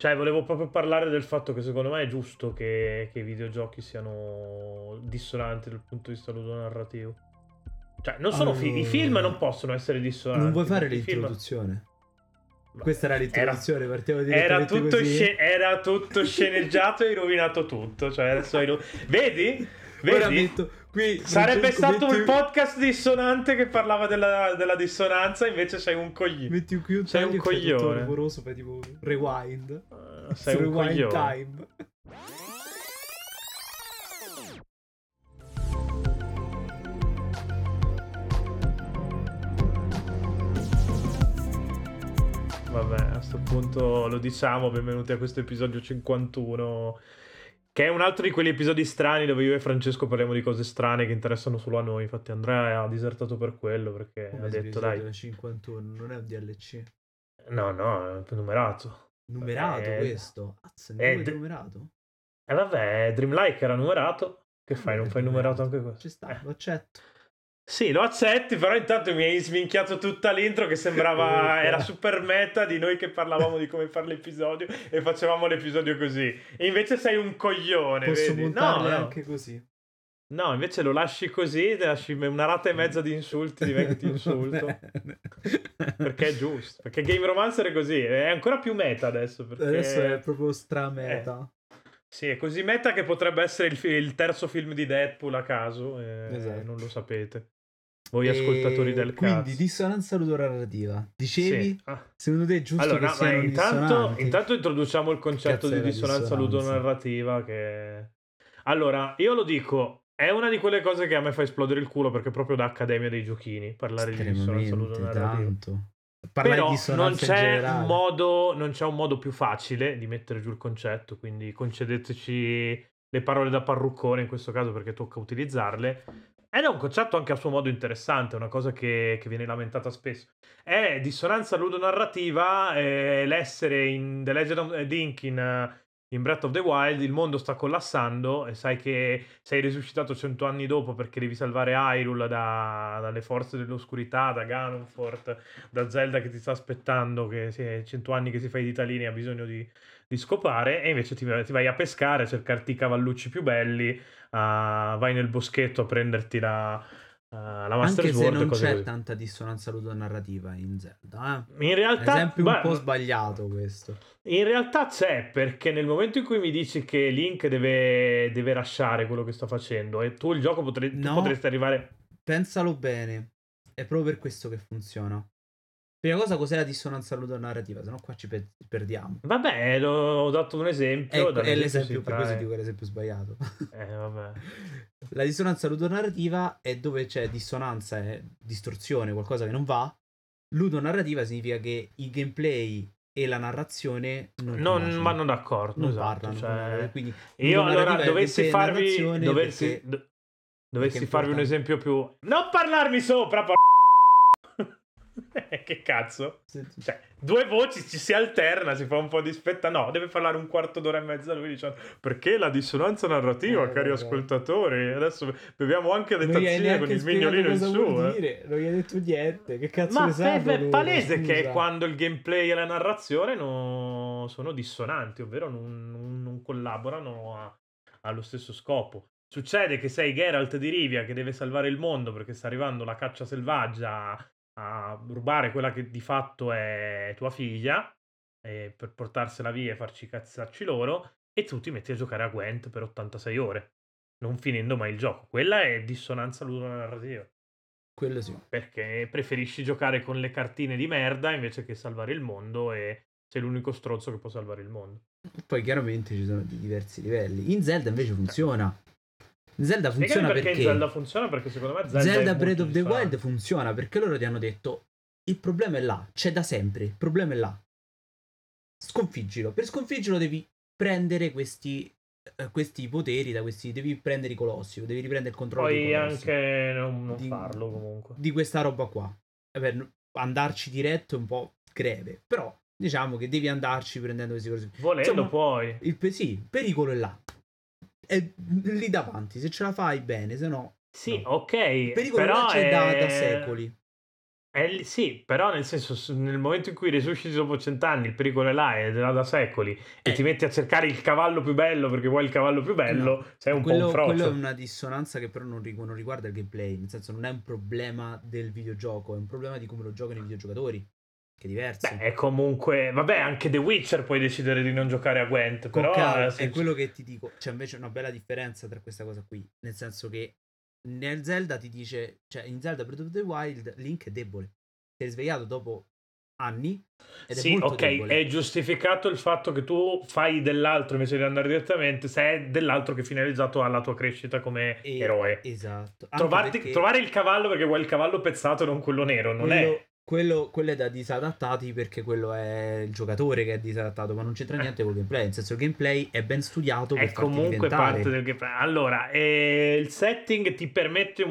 Cioè, volevo proprio parlare del fatto che secondo me è giusto che i videogiochi siano dissonanti dal punto di vista ludonarrativo. Cioè, non sono i film non possono essere dissonanti. Non vuoi fare perché i film... l'introduzione? Vabbè, Questa era l'introduzione, partiamo direttamente era così. era tutto sceneggiato e hai rovinato tutto. Cioè, adesso Vedi? Ora Vedi? metto qui Sarebbe Francesco, stato un podcast dissonante che parlava della dissonanza, invece sei un coglione. metti qui un Sei taglio un e fai tutto coglione. rumoroso, fai tipo rewind. Sei un Rewind coglione. time. Vabbè, a questo punto lo diciamo, benvenuti a questo episodio 51, che è un altro di quegli episodi strani dove io e Francesco parliamo di cose strane che interessano solo a noi. Infatti Andrea ha disertato per quello, perché Come ha detto dai, 51, non è un DLC. no, è numerato. Numerato questo? Azza, è è d- numerato? vabbè, Dreamlike era numerato. Che fai, non È fai numerato anche questo? Ci sta, lo accetto. Sì, lo accetti, però intanto mi hai sminchiato tutta l'intro che sembrava era super meta di noi che parlavamo di come fare l'episodio e facevamo l'episodio così. E invece sei un coglione, Posso vedi? montarle No. anche così. No, invece lo lasci così, lasci una rata e mezza di insulti di me che ti insulto. Perché è giusto. Perché Game Romancer è così, è ancora più meta adesso. Perché... Adesso è proprio strameta. Sì, è così meta che potrebbe essere il terzo film di Deadpool a caso, Esatto. non lo sapete. Voi ascoltatori del cazzo. Quindi dissonanza ludonarrativa. Dicevi? Sì. Secondo te è giusto Allora, che siano dissonanti? intanto introduciamo il concetto Cazzo di è la dissonanza dissonanza? ludonarrativa che... Allora, io lo dico, è una di quelle cose che a me fa esplodere il culo perché è proprio da Accademia dei Giochini parlare di dissonanza Estremamente, ludonarrativa. tanto. Parlare Però di dissonanza in generale. non c'è un modo più facile di mettere giù il concetto, quindi concedeteci le parole da parruccone in questo caso perché tocca utilizzarle. Ed è un concetto anche a suo modo interessante, una cosa che viene lamentata spesso. È dissonanza ludonarrativa, l'essere in The Legend of Link in Breath of the Wild, il mondo sta collassando e sai che sei risuscitato 100 anni dopo perché devi salvare Hyrule dalle forze dell'oscurità, da Ganonfort, da Zelda che ti sta aspettando, che 100 anni che si fa i ditalini e ha bisogno di scopare, e invece ti vai a pescare, a cercarti i cavallucci più belli, vai nel boschetto a prenderti la Master Anche se Sword e non cose c'è così. tanta dissonanza ludonarrativa in Zelda, In realtà, esempio un po' sbagliato questo. In realtà c'è, perché nel momento in cui mi dici che Link deve lasciare quello che sta facendo e tu il gioco tu potresti arrivare... Pensalo bene, è proprio per questo che funziona. Prima cosa, cos'è la dissonanza ludonarrativa? Sennò qua ci perdiamo. Vabbè, ho dato un esempio. È l'esempio, per questo dico che è l'esempio sbagliato. Vabbè. La dissonanza ludonarrativa è dove c'è dissonanza e distorsione, qualcosa che non va. Ludonarrativa significa che il gameplay e la narrazione non vanno d'accordo, non esatto, parlano. cioè... Quindi Io allora dovessi farvi un perché esempio più... Non parlarmi sopra, che cazzo? Cioè, due voci ci si alterna, si fa un po' di spetta. No, deve parlare un quarto d'ora e mezza lui dicendo perché la dissonanza narrativa, cari ascoltatori. Adesso beviamo anche le tazzine con il mignolino in su. Non gli hai detto niente. Che cazzo ne sa? È palese che è quando il gameplay e la narrazione sono dissonanti, ovvero non collaborano allo stesso scopo. Succede che sei Geralt di Rivia che deve salvare il mondo perché sta arrivando la caccia selvaggia a rubare quella che di fatto è tua figlia per portarsela via e farci cazzarci loro, e tu ti metti a giocare a Gwent per 86 ore non finendo mai il gioco. Quella è dissonanza ludonarrativa. Quello sì, perché preferisci giocare con le cartine di merda invece che salvare il mondo e sei l'unico stronzo che può salvare il mondo. Poi chiaramente ci sono diversi livelli. In Zelda invece funziona. In Zelda funziona perché in Zelda funziona perché secondo me Zelda Breath of the Wild funziona perché loro ti hanno detto il problema è là, c'è da sempre, il problema è là. Sconfiggilo. Per sconfiggilo devi prendere questi poteri da questi, devi prendere i colossi, devi riprendere il controllo dei colossi. Poi anche non farlo comunque. Di questa roba qua. Andarci diretto è un po' greve, però diciamo che devi andarci prendendo questi colossi. Volendo poi. Sì, il pericolo è là. È lì davanti, se ce la fai bene, se no... Sì, no. ok. Il pericolo però là c'è da secoli. Sì, però nel senso, nel momento in cui risusciti dopo 100 anni, il pericolo è là, è là da secoli, e ti metti a cercare il cavallo più bello perché vuoi il cavallo più bello, No, sei un po' un quello è frocio. una dissonanza che però non riguarda il gameplay, nel senso non è un problema del videogioco, è un problema di come lo giocano i videogiocatori, che è Beh, diverso. è comunque... Vabbè, anche The Witcher puoi decidere di non giocare a Gwent, Con però... calma, è quello che ti dico, c'è invece una bella differenza tra questa cosa qui, nel senso che nel Zelda ti dice, cioè in Zelda Breath of the Wild Link è debole, si è risvegliato dopo anni ed è Sì, molto ok, debole. è giustificato il fatto che tu fai dell'altro invece di andare direttamente, se è dell'altro che è finalizzato alla tua crescita come eroe. Esatto, anche perché Trovare il cavallo perché vuoi il cavallo pezzato e non quello nero, non è... quello è da disadattati perché quello è il giocatore che è disadattato, ma non c'entra niente col gameplay, nel senso il gameplay è ben studiato per È farti comunque parte diventare. del gameplay. Allora, il setting ti permette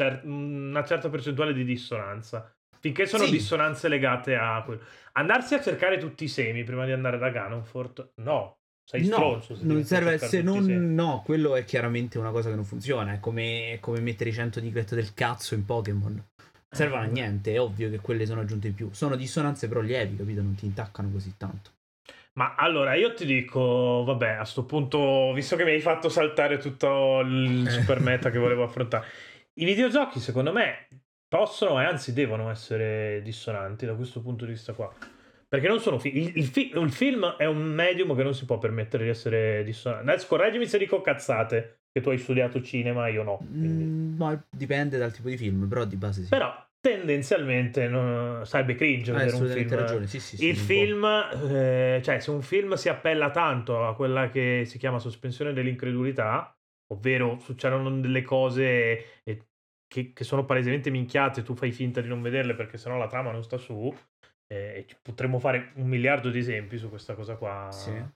una certa percentuale di dissonanza. Finché sono Sì, dissonanze legate a quello. Andarsi a cercare tutti i semi prima di andare da Ganonfort? No, sei no, stronzo se ti non metti a serve, cercare se tutti i semi. non, no, quello è chiaramente una cosa che non funziona, è come mettere i 100 Diglett del cazzo in Pokémon. Non servono a Vabbè. niente, è ovvio che quelle sono aggiunte in più. Sono dissonanze però lievi, capito? Non ti intaccano così tanto. Ma allora io ti dico, vabbè, a sto punto, visto che mi hai fatto saltare tutto il super meta che volevo affrontare, i videogiochi secondo me possono e anzi devono essere dissonanti da questo punto di vista qua. Perché non sono il film è un medium che non si può permettere di essere dissonante. Adesso correggimi se dico cazzate, che tu hai studiato cinema, io no. Quindi. Ma dipende dal tipo di film, però di base sì. Però tendenzialmente sarebbe cringe Hai vedere un assolutamente film. ragione, sì, sì, sì, Il non può. film, cioè se un film si appella tanto a quella che si chiama sospensione dell'incredulità, ovvero succedono delle cose che sono palesemente minchiate, tu fai finta di non vederle perché sennò la trama non sta su, potremmo fare 1 miliardo di esempi su questa cosa Sì. qua.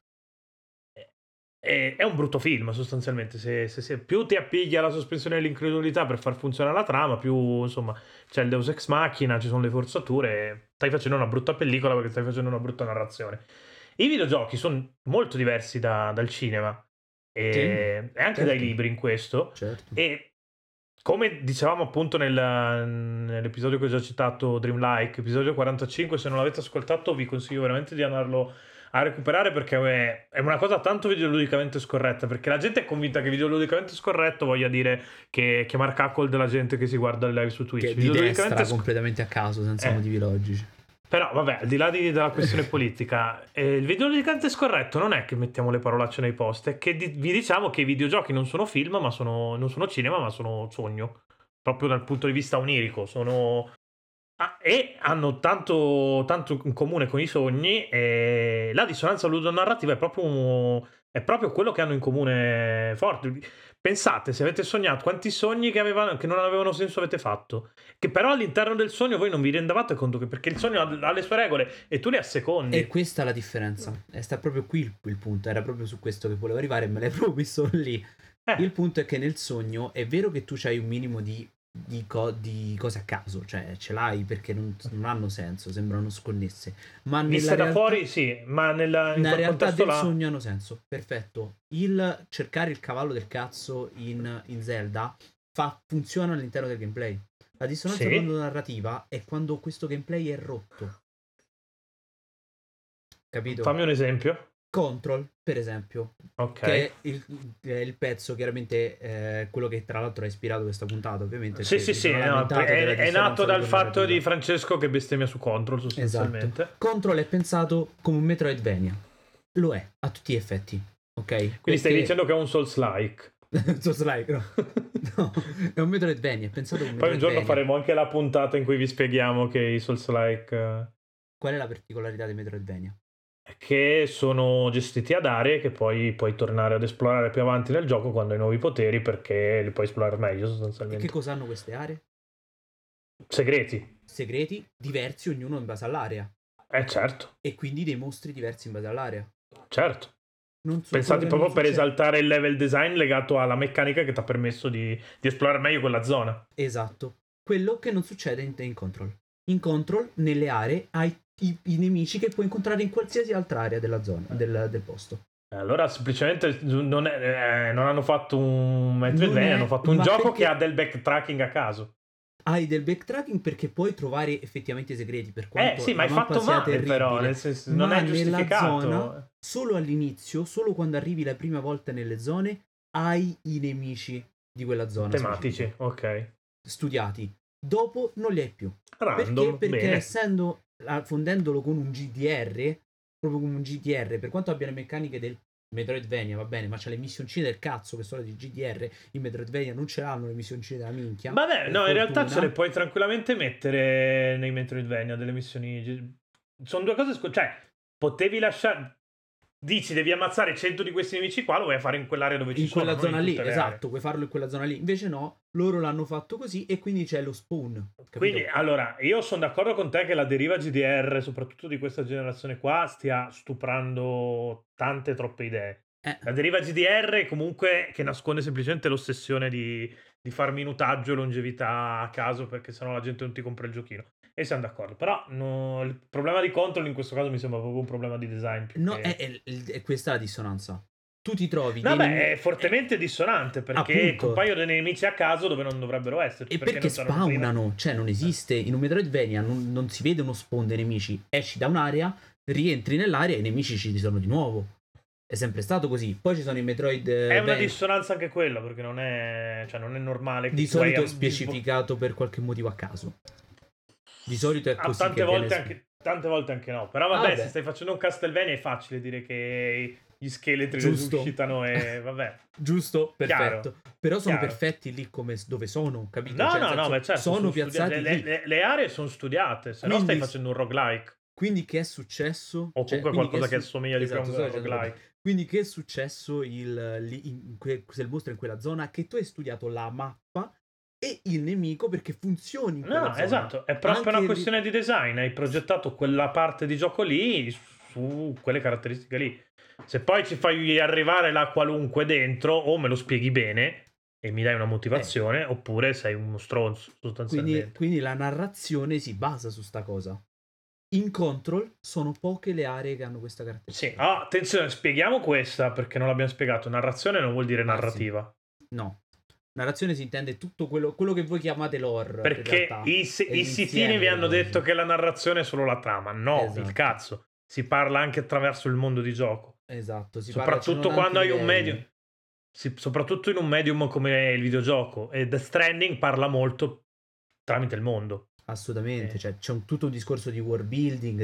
È un brutto film sostanzialmente, se più ti appigli alla sospensione dell'incredulità per far funzionare la trama, più insomma c'è il Deus Ex Machina, ci sono le forzature, stai facendo una brutta pellicola perché stai facendo una brutta narrazione. I videogiochi sono molto diversi dal cinema Sì, e anche dai certo, libri in questo, certo. e come dicevamo appunto nell'episodio che ho già citato, Dreamlike, episodio 45, se non l'avete ascoltato vi consiglio veramente di andarlo a recuperare perché è una cosa tanto videoludicamente scorretta, perché la gente è convinta che videoludicamente scorretto voglia dire che chiamare cackle della gente che si guarda il live su Che Twitch. è di Videoludicamente destra completamente a caso, senza eh, motivi logici. però vabbè, al di là della questione politica, il videoludicamente scorretto non è che mettiamo le parolacce nei post, è che vi diciamo che i videogiochi non sono film, non sono cinema, ma sono sogno. Proprio dal punto di vista onirico, e hanno tanto in comune con i sogni, e la dissonanza ludonarrativa è proprio quello che hanno in comune forte. Pensate, se avete sognato, quanti sogni che non avevano senso avete fatto, che però all'interno del sogno voi non vi rendevate conto che perché il sogno ha le sue regole e tu le E assecondi. questa è la differenza. E sta proprio qui il punto. Era proprio su questo che volevo arrivare e me l'hai proprio visto lì. Eh, Il punto è che nel sogno è vero che tu hai un minimo di cose a caso, cioè ce l'hai perché non hanno senso, sembrano sconnesse. Ma viste da fuori sì, ma in nella quel realtà contesto del là... sogno hanno senso. Perfetto. Il cercare il cavallo del cazzo in Zelda funziona all'interno del gameplay. La dissonanza Sì, narrativa è quando questo gameplay è rotto. Capito? fammi un esempio. Control, per esempio, Ok. che è il pezzo, chiaramente, quello che tra l'altro ha ispirato questa puntata, ovviamente, Sì, perché sì, si sì, sono no, lamentato della è nato dissonanza dal fatto di ludonarrativa. Francesco che bestemmia su Control Esatto. sostanzialmente. Control è pensato come un Metroidvania. Lo è, a tutti gli effetti, ok? Quindi stai Perché... dicendo che è un Souls-like. Souls-like, no. No, è un Metroidvania, è pensato come un Poi un giorno Metroidvania. faremo anche la puntata in cui vi spieghiamo che i Souls-like Qual è la particolarità dei Metroidvania? che sono gestiti ad aree che poi puoi tornare ad esplorare più avanti nel gioco quando hai nuovi poteri perché li puoi esplorare meglio E che sostanzialmente. cosa hanno queste aree? Segreti. Segreti diversi, ognuno in base all'area. Certo, E quindi dei mostri diversi in base all'area. certo. Quello Pensati che non proprio per succede. esaltare il level design legato alla meccanica che ti ha permesso di esplorare meglio quella zona. Esatto. Quello che non succede in Control. In Control, nelle aree, hai i nemici che puoi incontrare in qualsiasi altra area della zona, del posto. Allora semplicemente non hanno fatto un Non Metroidvania, hanno è... fatto un Ma gioco che perché... ha del backtracking a caso. Hai del backtracking perché puoi trovare effettivamente i segreti, per quanto Sì, ma la hai mappa fatto sia male terribile. però, nel senso, non Ma è nella giustificato. zona, solo all'inizio, solo quando arrivi la prima volta nelle zone, hai i nemici di quella zona Tematici, specifica, ok. studiati. Dopo non li hai più. Perché? Random, Perché bene. essendo, fondendolo con un GDR, proprio come un GDR, per quanto abbia le meccaniche del Metroidvania, va bene, ma c'ha le missioncine del cazzo che sono di GDR, i Metroidvania non ce l'hanno le missioncine della minchia. Vabbè, Per no, in realtà fortuna. ce le puoi tranquillamente mettere nei Metroidvania, delle missioni. Sono due cose, cioè, potevi lasciare. Dici, devi ammazzare 100 di questi nemici qua, lo vuoi fare in quell'area dove ci In sono, quella non in zona lì, tutte le aree. esatto, puoi farlo in quella zona lì. Invece no, loro l'hanno fatto così e quindi c'è lo spawn, Quindi, capito? allora, io sono d'accordo con te che la deriva GDR, soprattutto di questa generazione qua, stia stuprando tante troppe idee. Eh, La deriva GDR è comunque che nasconde semplicemente l'ossessione di far minutaggio e longevità a caso perché sennò la gente non ti compra il giochino. E siamo d'accordo. Però il problema di Control in questo caso mi sembra proprio un problema di design più no, che... è questa la dissonanza. Tu ti trovi No, dei beh, nemici... è fortemente dissonante perché appunto. compaiono dei nemici a caso dove non dovrebbero esserci. E Perché perché non c'erano prima. spawnano, cioè non esiste, in un Metroidvania non si vede uno spawn dei nemici, esci da un'area, rientri nell'area e i nemici ci sono di nuovo. È sempre stato così. Poi ci sono i È una Metroidvania, dissonanza anche quella, perché cioè, non è normale che di tu vai solito a... è specificato per qualche motivo a caso. Di solito è così tante che viene... volte anche no. Però Ah, vabbè, se vabbè, stai facendo un Castlevania è facile dire che gli scheletri giusto. resuscitano e vabbè. Giusto, Chiaro, perfetto. Però sono chiaro. perfetti lì come dove sono, capito? No, Cioè, nel no, no, senso, ma certo, sono sono studiate. piazzati lì. Le aree sono studiate, se no stai Quindi, facendo un roguelike. quindi che è successo? O Cioè, comunque quindi qualcosa che assomiglia di più a esatto, sto un facendo roguelike. roguelike. Quindi che è successo se il mostro è in quella zona? Che tu hai studiato la mappa e il nemico perché funzioni in quella No, zona. esatto, è proprio Anche una questione di design. Hai progettato quella parte di gioco lì su quelle caratteristiche lì. Se poi ci fai arrivare la qualunque dentro, o me lo spieghi bene e mi dai una motivazione, oppure sei uno stronzo, sostanzialmente. quindi la narrazione si basa su sta cosa. In Control sono poche le aree che hanno questa Sì, caratteristica. attenzione, spieghiamo questa perché non l'abbiamo spiegato. Narrazione non vuol dire Ah, sì. narrativa. No. Narrazione si intende tutto quello che voi chiamate lore, in Perché realtà. i È sitini l'insieme vi delle hanno detto cose. che la narrazione è solo la trama. No, il Esatto. cazzo. Si parla anche attraverso il mondo di gioco. Esatto, ci Soprattutto sono tanti quando hai un livelli. medium. Soprattutto in un medium come il videogioco. E Death Stranding parla molto tramite il mondo. Assolutamente, cioè, c'è tutto un discorso di world building,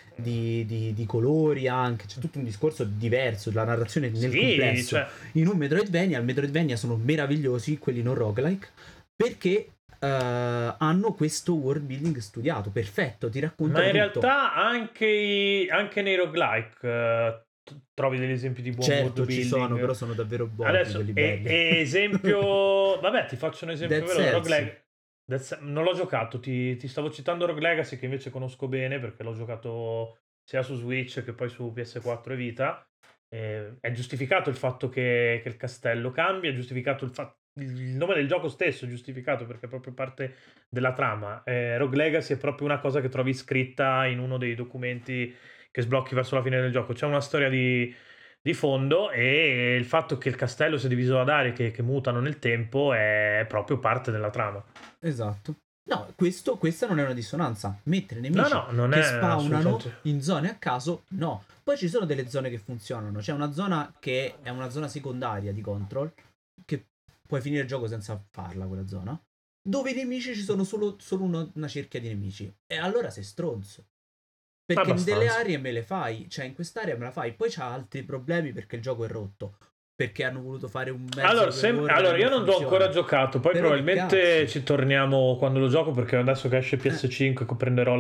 di colori anche, c'è tutto un discorso diverso, la narrazione nel Sì, complesso. cioè, In un Metroidvania sono meravigliosi, quelli non roguelike, perché hanno questo world building studiato, perfetto, ti raccontano ma in tutto. realtà anche nei roguelike trovi degli esempi di buon world Certo ci sono, building. però sono davvero pochi Adesso, quelli belli. esempio, vabbè, ti faccio un esempio Dead veloce. Cells. Rogue non l'ho giocato, ti stavo citando Rogue Legacy che invece conosco bene perché l'ho giocato sia su Switch che poi su PS4 e Vita. È giustificato il fatto che il castello cambia, è giustificato il nome del gioco stesso è giustificato perché è proprio parte della trama. Rogue Legacy è proprio una cosa che trovi scritta in uno dei documenti che sblocchi verso la fine del gioco. C'è una storia di fondo e il fatto che il castello sia diviso ad aree che mutano nel tempo è proprio parte della trama. Esatto. No, questa non è una dissonanza. Mettere No, nemici no, non che è spawnano assolutamente... in zone a caso, no. Poi ci sono delle zone che funzionano. C'è una zona che è una zona secondaria di Control, che puoi finire il gioco senza farla, quella zona, dove i nemici ci sono solo una cerchia di nemici. E allora sei stronzo. Perché in delle Abbastanza. aree me le fai, cioè in quest'area me la fai, poi c'ha altri problemi perché il gioco è rotto. Perché hanno voluto fare un mezzo Allora, open world allora, che io non l'ho ancora funziona. giocato, poi Però che probabilmente cazzo. ci torniamo quando lo gioco perché adesso che esce PS5 prenderò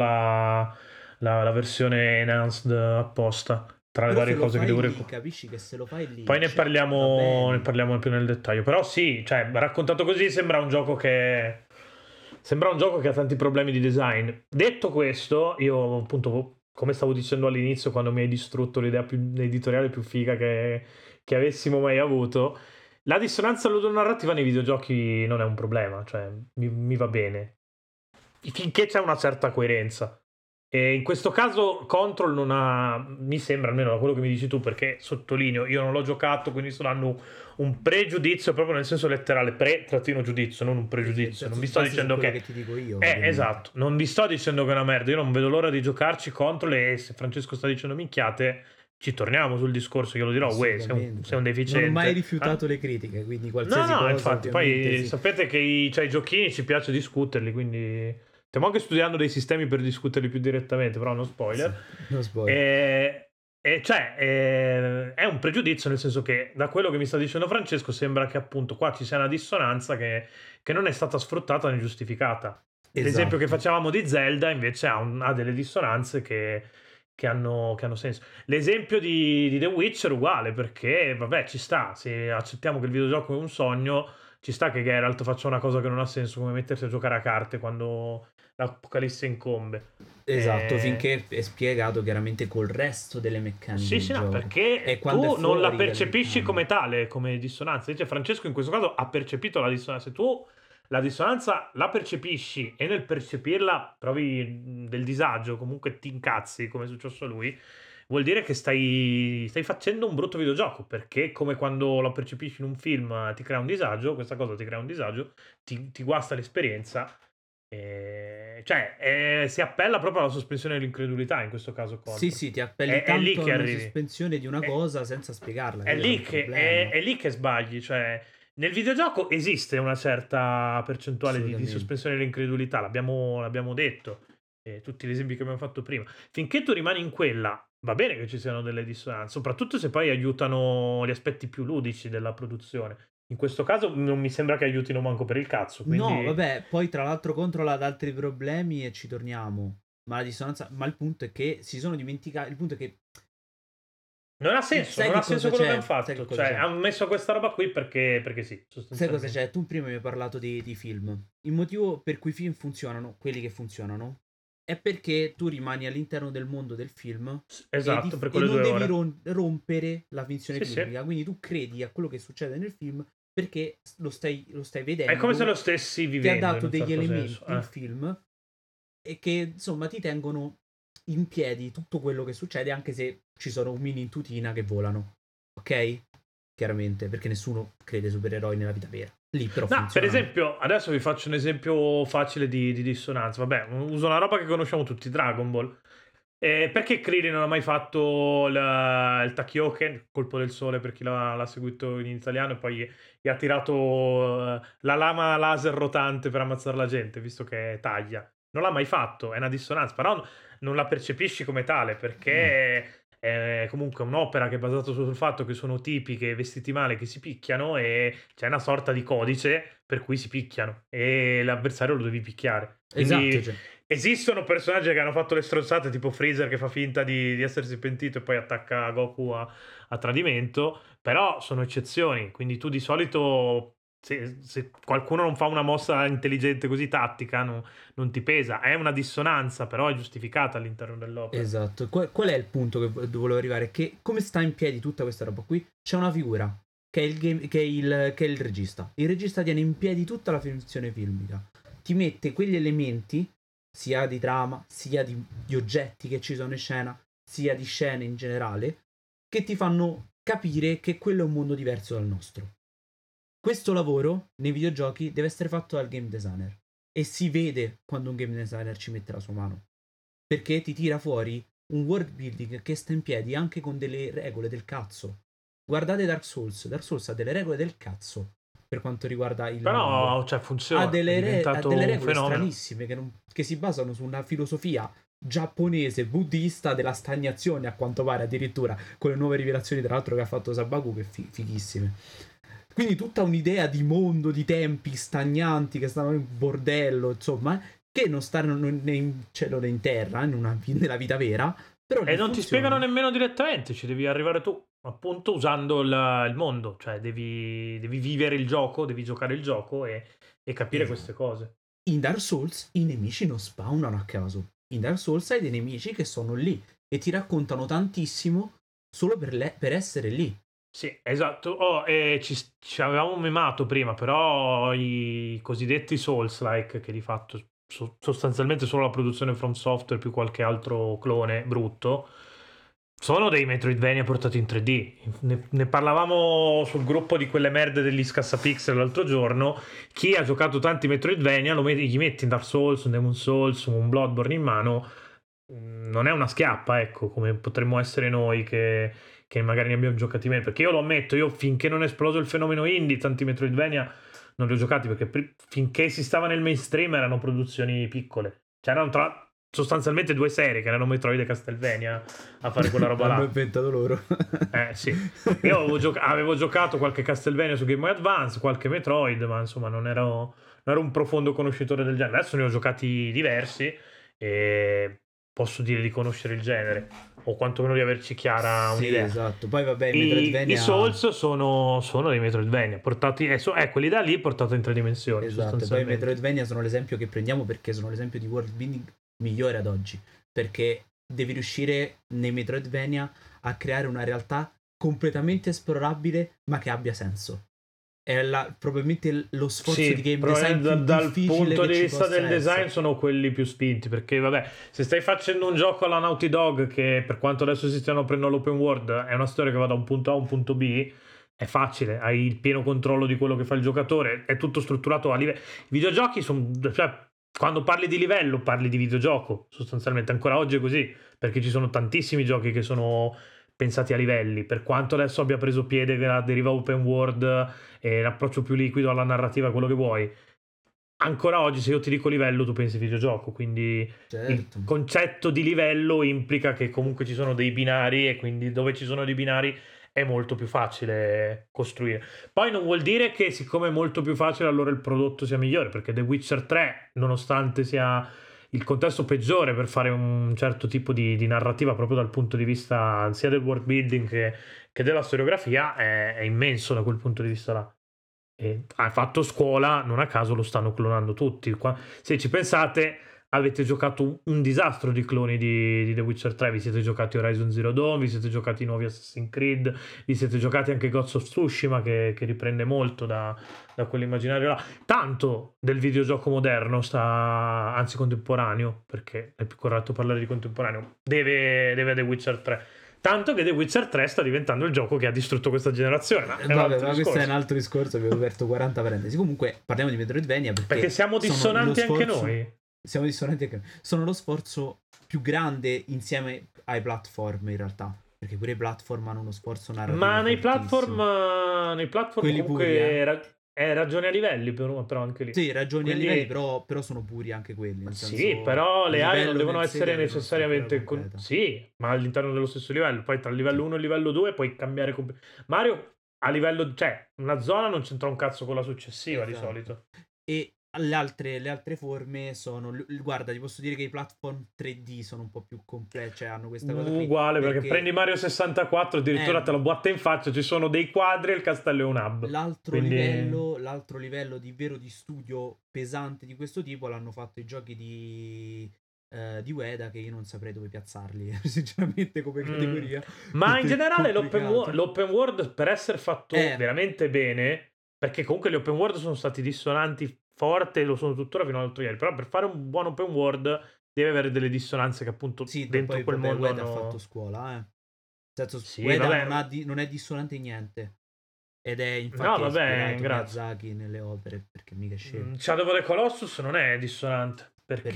la versione enhanced apposta tra le Però se varie lo cose che fai devo lì, recuperare. capisci che se lo fai lì, Poi cioè, va ne bene. parliamo più nel dettaglio. Però sì, cioè, raccontato così sembra un gioco che... Sembra un gioco che ha tanti problemi di design. Detto questo, io appunto, come stavo dicendo all'inizio, quando mi hai distrutto l'idea editoriale più figa che avessimo mai avuto, la dissonanza ludonarrativa nei videogiochi non è un problema, cioè mi va bene. Finché c'è una certa coerenza. E in questo caso Control non ha, mi sembra, almeno da quello che mi dici tu, perché sottolineo, io non l'ho giocato, quindi sto dando un pregiudizio proprio nel senso letterale, pre-giudizio, non un pregiudizio. Non vi sto dicendo che ti dico io. esatto, non vi sto dicendo che è una merda, io non vedo l'ora di giocarci Control e se Francesco sta dicendo minchiate, ci torniamo sul discorso, io lo dirò, sei un deficiente. Non ho mai rifiutato le critiche, quindi qualsiasi no, cosa. Infatti, poi sapete che i giochini ci piace discuterli, quindi stiamo anche studiando dei sistemi per discuterli più direttamente, però no spoiler. Sì, no spoiler. È un pregiudizio, nel senso che da quello che mi sta dicendo Francesco sembra che appunto qua ci sia una dissonanza che non è stata sfruttata né giustificata. Esatto. L'esempio che facevamo di Zelda invece ha delle dissonanze che hanno senso. L'esempio di The Witcher uguale, perché vabbè ci sta, se accettiamo che il videogioco è un sogno, ci sta che Geralt faccia una cosa che non ha senso come mettersi a giocare a carte quando l'Apocalisse incombe. Esatto, finché è spiegato chiaramente col resto delle meccaniche. Sì, no, perché tu non la percepisci come tale, come dissonanza. Invece Francesco in questo caso ha percepito la dissonanza. Se tu la dissonanza la percepisci e nel percepirla provi del disagio, comunque ti incazzi come è successo a lui, vuol dire che stai facendo un brutto videogioco, perché come quando la percepisci in un film ti crea un disagio, questa cosa ti crea un disagio, ti guasta l'esperienza. Si appella proprio alla sospensione dell'incredulità in questo caso. Sì, ti appelli tanto alla sospensione di una cosa senza spiegarla. È lì che sbagli, cioè nel videogioco esiste una certa percentuale di sospensione dell'incredulità, l'abbiamo detto, tutti gli esempi che abbiamo fatto prima. Finché tu rimani in quella, va bene che ci siano delle dissonanze, soprattutto se poi aiutano gli aspetti più ludici della produzione. In questo caso non mi sembra che aiutino manco per il cazzo. Quindi... No, vabbè, poi tra l'altro controlla ad altri problemi e ci torniamo. Ma la dissonanza, ma il punto è che si sono dimenticati, il punto è che non ha senso, non ha senso quello che hanno fatto. Cioè, hanno messo questa roba qui perché sì. Sai cosa c'è? Tu prima mi hai parlato di film. Il motivo per cui i film funzionano, quelli che funzionano, è perché tu rimani all'interno del mondo del film. Esatto, per quelle e non 2 ore. devi rompere la finzione filmica. Sì. Quindi tu credi a quello che succede nel film perché lo stai vedendo. È come se lo stessi vivendo. Ti ha dato degli elementi il film e che insomma ti tengono in piedi tutto quello che succede, anche se ci sono un mini in tutina che volano, ok? Chiaramente, perché nessuno crede supereroi nella vita vera. Lì però per esempio, adesso vi faccio un esempio facile di dissonanza. Vabbè, uso una roba che conosciamo tutti, Dragon Ball. Perché Krillin non ha mai fatto il Takioken, colpo del sole per chi l'ha seguito in italiano, e poi gli ha tirato la lama laser rotante per ammazzare la gente, visto che taglia. Non l'ha mai fatto, è una dissonanza, però non la percepisci come tale, perché è comunque un'opera che è basata sul fatto che sono tipi che vestiti male che si picchiano e c'è una sorta di codice per cui si picchiano e l'avversario lo devi picchiare. Quindi esatto, esistono personaggi che hanno fatto le stronzate, tipo Freezer che fa finta di essersi pentito e poi attacca Goku a tradimento, però sono eccezioni, quindi tu di solito se qualcuno non fa una mossa intelligente così tattica non ti pesa, è una dissonanza però è giustificata all'interno dell'opera. Esatto. Qual è il punto che volevo arrivare? Che come sta in piedi tutta questa roba qui? C'è una figura che è il regista. Il regista tiene in piedi tutta la finzione filmica, ti mette quegli elementi sia di trama, sia di oggetti che ci sono in scena, sia di scene in generale, che ti fanno capire che quello è un mondo diverso dal nostro. Questo lavoro nei videogiochi deve essere fatto dal game designer e si vede quando un game designer ci mette la sua mano, perché ti tira fuori un world building che sta in piedi anche con delle regole del cazzo. Guardate Dark Souls ha delle regole del cazzo per quanto riguarda il però mondo. Cioè funziona, ha delle regole stranissime che si basano su una filosofia giapponese buddista della stagnazione, a quanto pare, addirittura con le nuove rivelazioni tra l'altro che ha fatto Sabaku, che fighissime. Quindi tutta un'idea di mondo, di tempi stagnanti che stanno in bordello, insomma, che non stanno né in cielo né in terra, nella vita vera, però e non ti spiegano nemmeno direttamente, ci devi arrivare tu, appunto usando il mondo, cioè devi vivere il gioco, devi giocare il gioco e capire queste cose. In Dark Souls i nemici non spawnano a caso. In Dark Souls hai dei nemici che sono lì e ti raccontano tantissimo solo per essere lì. Sì, esatto. Ci avevamo memato prima, però i cosiddetti Souls-like, che di fatto sostanzialmente solo la produzione From Software più qualche altro clone brutto, sono dei Metroidvania portati in 3D. Ne parlavamo sul gruppo di quelle merde degli Scassapixel l'altro giorno. Chi ha giocato tanti Metroidvania gli metti in Dark Souls, un Demon Souls, un Bloodborne in mano, non è una schiappa, ecco, come potremmo essere noi che magari ne abbiamo giocati meno. Perché io lo ammetto, io finché non è esploso il fenomeno indie, tanti Metroidvania non li ho giocati, perché finché si stava nel mainstream erano produzioni piccole. C'erano sostanzialmente due serie, che erano Metroid e Castlevania, a fare quella roba là. L'hanno inventato loro. Sì. Io avevo giocato qualche Castlevania su Game Boy Advance, qualche Metroid, ma insomma non ero un profondo conoscitore del genere. Adesso ne ho giocati diversi e posso dire di conoscere il genere, o quantomeno di averci chiara un'idea. Esatto. Poi vabbè, I Souls sono dei Metroidvania portati, quelli da lì portati in 3 dimensioni. Esatto, poi i Metroidvania sono l'esempio che prendiamo perché sono l'esempio di world building migliore ad oggi, perché devi riuscire nei Metroidvania a creare una realtà completamente esplorabile ma che abbia senso. È probabilmente lo sforzo di game design più dal punto di vista del design essere. sono quelli più spinti, perché vabbè, se stai facendo un gioco alla Naughty Dog, che per quanto adesso si stiano prendendo l'open world, è una storia che va da un punto A a un punto B, è facile, hai il pieno controllo di quello che fa il giocatore, è tutto strutturato a livello. I videogiochi sono, cioè, quando parli di livello parli di videogioco, sostanzialmente ancora oggi è così, perché ci sono tantissimi giochi che sono pensati a livelli, per quanto adesso abbia preso piede la deriva open world e l'approccio più liquido alla narrativa, quello che vuoi, ancora oggi se io ti dico livello tu pensi videogioco, quindi Certo. il concetto di livello implica che comunque ci sono dei binari, e quindi dove ci sono dei binari è molto più facile costruire. Poi non vuol dire che siccome è molto più facile allora il prodotto sia migliore, perché The Witcher 3, nonostante sia il contesto peggiore per fare un certo tipo di narrativa proprio dal punto di vista sia del world building che della storiografia, è immenso da quel punto di vista là. E ha fatto scuola, non a caso lo stanno clonando tutti. Se ci pensate, avete giocato un disastro di cloni di The Witcher 3. Vi siete giocati Horizon Zero Dawn, vi siete giocati i nuovi Assassin's Creed, vi siete giocati anche Ghost of Tsushima, che riprende molto da quell'immaginario là. Tanto del videogioco moderno anzi contemporaneo, perché è più corretto parlare di contemporaneo, deve The Witcher 3. Tanto che The Witcher 3 sta diventando il gioco che ha distrutto questa generazione. Ma questo è un altro discorso, abbiamo aperto 40 parentesi. Comunque parliamo di Metroidvania perché siamo dissonanti anche noi. Siamo dissonanti anche noi. Sono lo sforzo più grande insieme ai platform in realtà. Perché pure i platform hanno uno sforzo narrativo. Ma nei platform quelli comunque puri, ragioni a livelli, però anche lì. Sì, ragioni a livelli, però sono puri anche quelli. Nel sì, senso, però le aree non devono essere serie necessariamente sì, ma all'interno dello stesso livello. Poi tra il livello 1 e il livello 2 puoi cambiare Mario a livello, cioè, una zona non c'entra un cazzo con la successiva, esatto, di solito. E le altre forme sono, guarda, ti posso dire che i platform 3D sono un po' più complessi, cioè hanno questa cosa uguale, perché prendi Mario 64, addirittura te lo botta in faccia, ci sono dei quadri e il castello è un hub. L'altro livello di studio pesante di questo tipo l'hanno fatto i giochi di Ueda, che io non saprei dove piazzarli sinceramente come categoria. Ma in generale l'open world, per essere fatto veramente bene, perché comunque gli open world sono stati dissonanti forte, lo sono tuttora fino all'altro ieri, però per fare un buon open world deve avere delle dissonanze che appunto dentro poi, quel mondo Ueda ha fatto scuola, Nel senso, sì, Ueda non è dissonante niente. Ed è infatti ispirato Miyazaki nelle opere, perché mica scemo. Shadow of the Colossus non è dissonante,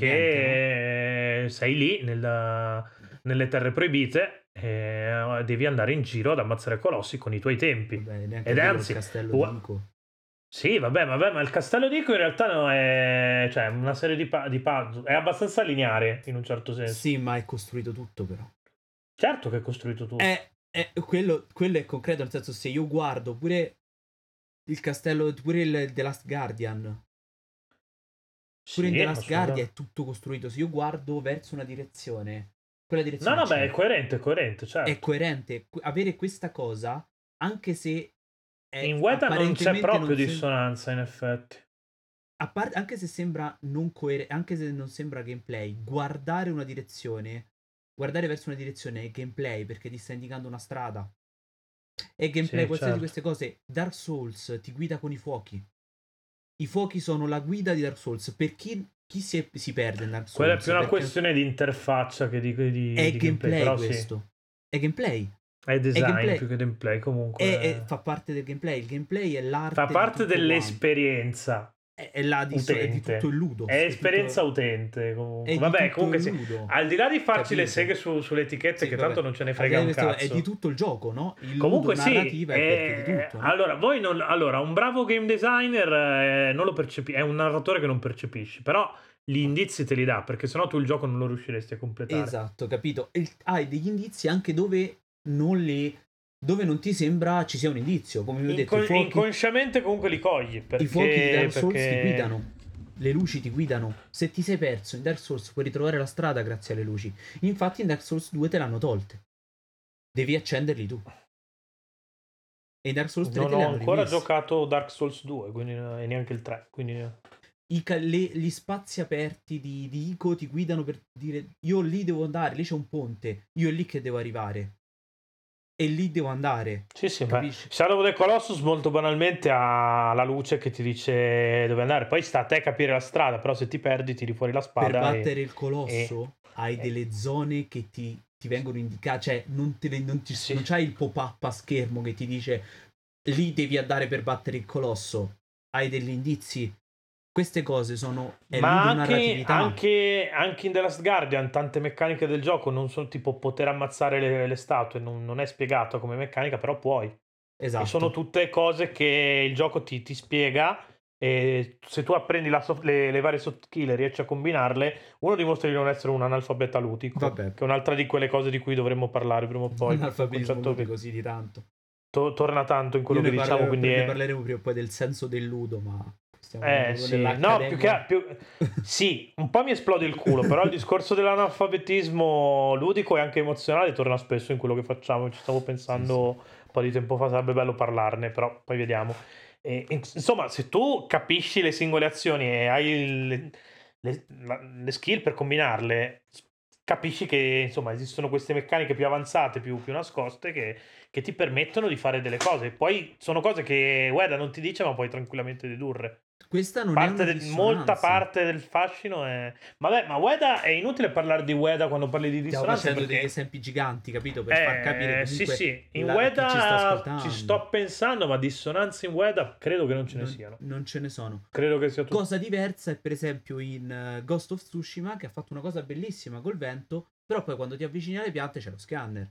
perché sei lì nelle terre proibite e devi andare in giro ad ammazzare colossi con i tuoi tempi. Ed anzi il castello di Ico. Sì, vabbè, ma il castello di Ico in realtà no, è cioè una serie di puzzle, è abbastanza lineare in un certo senso. Sì, ma è costruito tutto però. Certo che è costruito tutto. Quello è concreto, nel senso, se io guardo pure il castello, pure il The Last Guardian, pure in The Last Guardian è tutto costruito. Se io guardo verso una direzione, quella direzione no, beh, è coerente, certo. È coerente. Avere questa cosa, anche se in Ueda non c'è proprio dissonanza, in effetti. Anche se sembra non coerente, anche se non sembra gameplay, guardare verso una direzione è gameplay, perché ti sta indicando una strada. È gameplay, sì, qualsiasi di queste cose. Dark Souls ti guida con i fuochi. I fuochi sono la guida di Dark Souls. Per chi chi si perde in Dark Souls? Quella è più una Perché questione di interfaccia che di è di gameplay però questo. sì. È gameplay. È È design gameplay. più che gameplay, comunque. Fa parte del gameplay. Il gameplay è l'arte Fa di parte tutto quanto. dell'esperienza È di tutto il utente. ludo. È È esperienza tutto, utente, comunque. è di Vabbè, tutto comunque il sì. ludo. Al di là di farci le Capito? seghe sulle etichette, Sì, che vabbè. tanto non ce ne Al di frega là di un questo, è di cazzo. tutto il gioco, no? Il Comunque ludo sì, narrativa è parte di tutto, no? allora, voi non, allora, un bravo game designer non lo percepisci, è un narratore che non percepisci, però gli indizi te li dà, perché sennò tu il gioco non lo riusciresti a completare. Esatto, capito? Hai degli indizi anche dove non ti sembra ci sia un indizio, come vi ho detto, Inconsciamente comunque li cogli, perché, i fuochi di Dark Souls perché... ti guidano, le luci ti guidano. Se ti sei perso in Dark Souls puoi ritrovare la strada grazie alle luci. Infatti in Dark Souls 2 te l'hanno tolte. Devi accenderli tu. E in Dark Souls 3 Non te li ho hanno ancora rimessi. giocato Dark Souls 2, quindi, e neanche il 3, quindi... Gli spazi aperti di Ico ti guidano per dire io lì devo andare, lì c'è un ponte, io è lì che devo arrivare. E lì devo andare. Sì, sì, ma Capisci? Shadow of the Colossus molto banalmente ha la luce che ti dice dove andare. Poi sta a te capire la strada, però se ti perdi tiri fuori la Per spada battere il colosso e- hai delle zone che ti vengono indicate, cioè non sì. c'hai il pop-up a schermo che ti dice lì devi andare per battere il colosso. Hai degli indizi. Queste cose è Ma ludonarratività. anche in The Last Guardian tante meccaniche del gioco non sono tipo poter ammazzare le statue, non è spiegato come meccanica, però puoi. E sono Esatto. tutte cose che il gioco ti spiega, e se tu apprendi le varie soft skill e riesci a combinarle, uno dimostra di non essere un analfabeta ludico. Vabbè. Che è un'altra di quelle cose di cui dovremmo parlare prima o poi. Analfabetismo ludico così di tanto. Torna tanto in quello che diciamo, quindi ne parleremo prima o poi del senso del ludo, ma stiamo sì. No, sì, un po' mi esplode il culo, però il discorso dell'analfabetismo ludico e anche emozionale torna spesso in quello che facciamo. Ci stavo pensando un po' di tempo fa, sarebbe bello parlarne, però poi vediamo. Insomma, se tu capisci le singole azioni e hai le skill per combinarle, capisci che insomma esistono queste meccaniche più avanzate, più nascoste che ti permettono di fare delle cose. Poi sono cose che Ueda non ti dice, ma puoi tranquillamente dedurre. Questa non è una dissonanza. Molta parte del fascino è... Vabbè, ma Ueda è inutile parlare di Ueda quando parli di Stiamo dissonanza, facendo perché... degli esempi giganti, capito? Per far capire comunque sì. In chi ci sta Ueda ascoltando. ci sto pensando, ma dissonanze in Ueda credo che non ce ne siano. Non ce ne sono. Credo che sia tutto... Cosa diversa è per esempio in Ghost of Tsushima, che ha fatto una cosa bellissima col vento, però poi quando ti avvicini alle piante c'è lo scanner.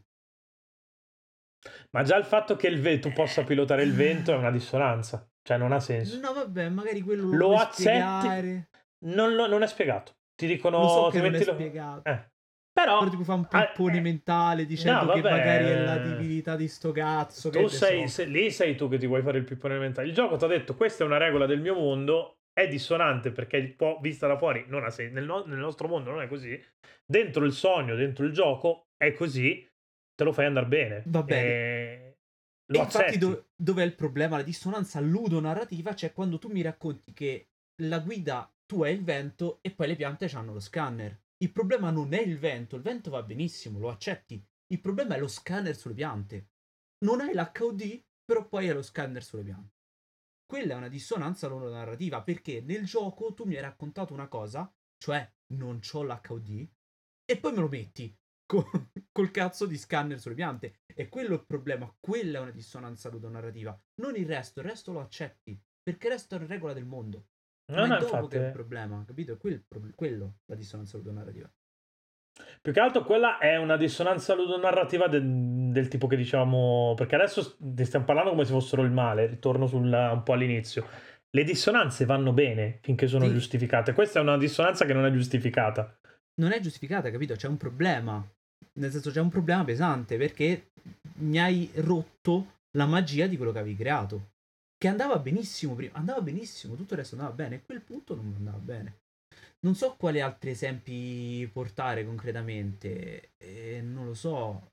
Ma già il fatto che tu possa pilotare il vento è una dissonanza. Cioè non ha senso. No, vabbè, magari quello lo puoi accetti. spiegare. Non è spiegato. Ti dicono... Lo so che non è spiegato. Però tipo fa un pippone mentale dicendo che magari è la divinità di sto cazzo. Tu lì sei tu che ti vuoi fare il pippone mentale. Il gioco ti ha detto questa è una regola del mio mondo, è dissonante perché vista da fuori non ha senso. Nel nostro mondo non è così. Dentro il sogno, dentro il gioco è così, te lo fai andare bene. Va bene. Lo infatti accetti. dov'è il problema? La dissonanza ludonarrativa c'è quando tu mi racconti che la guida tua è il vento e poi le piante hanno lo scanner. Il problema non è il vento va benissimo, lo accetti. Il problema è lo scanner sulle piante. Non hai l'HUD, però poi hai lo scanner sulle piante. Quella è una dissonanza ludonarrativa, perché nel gioco tu mi hai raccontato una cosa, cioè non c'ho l'HUD, e poi me lo metti col cazzo di scanner sulle piante. E quello è il problema, quella è una dissonanza ludonarrativa. Non il resto lo accetti, perché il resto è una regola del mondo. Ma è dopo che è il problema, capito? È quello la dissonanza ludonarrativa. Più che altro quella è una dissonanza ludonarrativa del tipo che diciamo, perché adesso ne stiamo parlando come se fossero il male, ritorno un po' all'inizio. Le dissonanze vanno bene finché sono giustificate. Questa è una dissonanza che non è giustificata. Non è giustificata, capito? C'è un problema. Nel senso, c'è un problema pesante, perché mi hai rotto la magia di quello che avevi creato. Che andava benissimo prima, andava benissimo, tutto il resto andava bene, e quel punto non andava bene. Non so quali altri esempi portare concretamente, non lo so.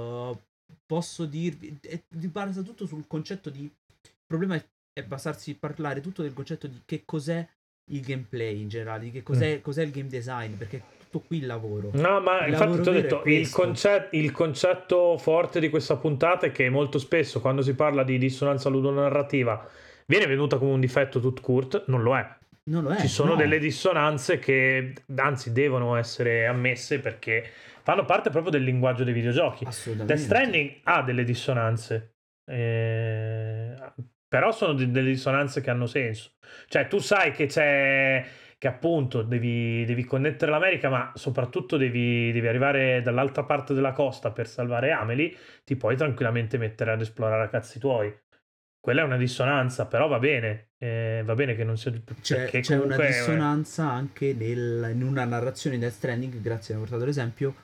Posso dirvi, basa tutto sul concetto di... Il problema è basarsi, parlare tutto del concetto di che cos'è il gameplay in generale, di che cos'è il game design, perché tutto qui il lavoro. No, ma infatti ti ho detto, il concetto forte di questa puntata è che molto spesso quando si parla di dissonanza ludonarrativa viene venuta come un difetto tout court, non lo è. Non lo è, Ci sono no. delle dissonanze che anzi devono essere ammesse perché fanno parte proprio del linguaggio dei videogiochi. Death Assolutamente. Stranding ha delle dissonanze, però sono delle dissonanze che hanno senso. Cioè tu sai che appunto devi connettere l'America, ma soprattutto devi arrivare dall'altra parte della costa per salvare Amelie, ti puoi tranquillamente mettere ad esplorare a cazzi tuoi. Quella è una dissonanza, però va bene che non sia perché C'è una comunque dissonanza anche in una narrazione di Death Stranding, grazie, mi hai portato l'esempio,